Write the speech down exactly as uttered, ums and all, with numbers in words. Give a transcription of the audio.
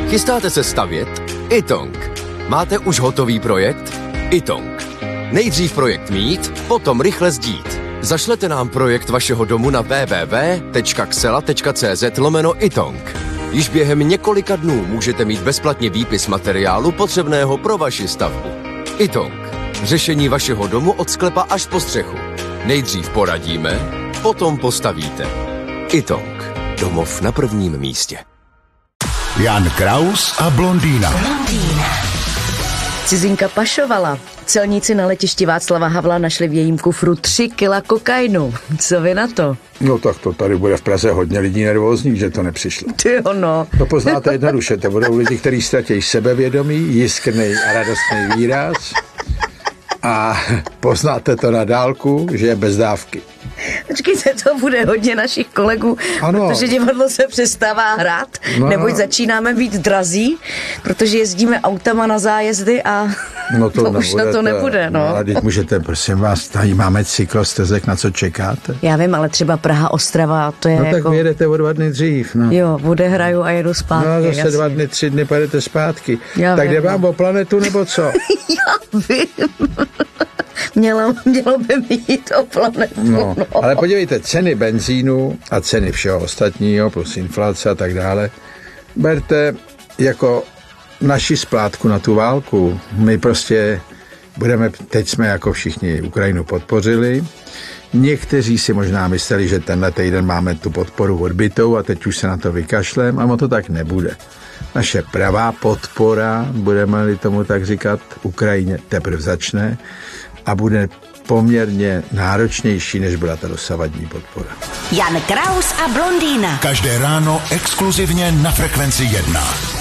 Chystáte se stavět? Itong. Máte už hotový projekt? Itong. Nejdřív projekt mít, potom rychle sdít. Zašlete nám projekt vašeho domu na w w w tečka xela tečka c z lomeno Itong. Již během několika dnů můžete mít bezplatně výpis materiálu potřebného pro vaši stavbu. Itong. Řešení vašeho domu od sklepa až po střechu. Nejdřív poradíme, potom postavíte. Itong. Domov na prvním místě. Jan Kraus a blondýna. Blondýna. Cizinka pašovala. Celníci na letišti Václava Havla našli v jejím kufru tři kila kokainu. Co vy na to? No tak to tady bude v Praze hodně lidí nervózních, že to nepřišlo. Ty ono. To poznáte jednoduše, to budou lidi, kteří ztratí sebevědomí, jiskrný a radostný výraz a poznáte to na dálku, že je bez dávky. Počkejte, to bude hodně našich kolegů, ano. Protože divadlo se přestává hrát, no, neboť no. začínáme být drazí, protože jezdíme autama na zájezdy a no to, to už na to nebude. No. No, a teď můžete, prosím vás, tady máme cyklostezek, na co čekáte? Já vím, ale třeba Praha, Ostrava, to je no, jako... No tak vyjedete o dva dny dřív. No. Jo, odehraju a jedu zpátky. No zase jasný. dva dny, tři dny pojedete zpátky. Já tak vím, jde vám no. o planetu nebo co? Já vím. Mělo, mělo by mi jít o planetu. No, no. Ale podívejte, ceny benzínu a ceny všeho ostatního, plus inflace a tak dále, berte jako naši splátku na tu válku. My prostě budeme, teď jsme jako všichni Ukrajinu podpořili. Někteří si možná mysleli, že tenhle týden máme tu podporu odbytou a teď už se na to vykašlem, a ono to tak nebude. Naše pravá podpora, budeme-li tomu tak říkat, Ukrajině teprve začne a bude poměrně náročnější, než byla ta dosavadní podpora. Jan Kraus a blondýna. Každé ráno exkluzivně na Frekvenci jedna.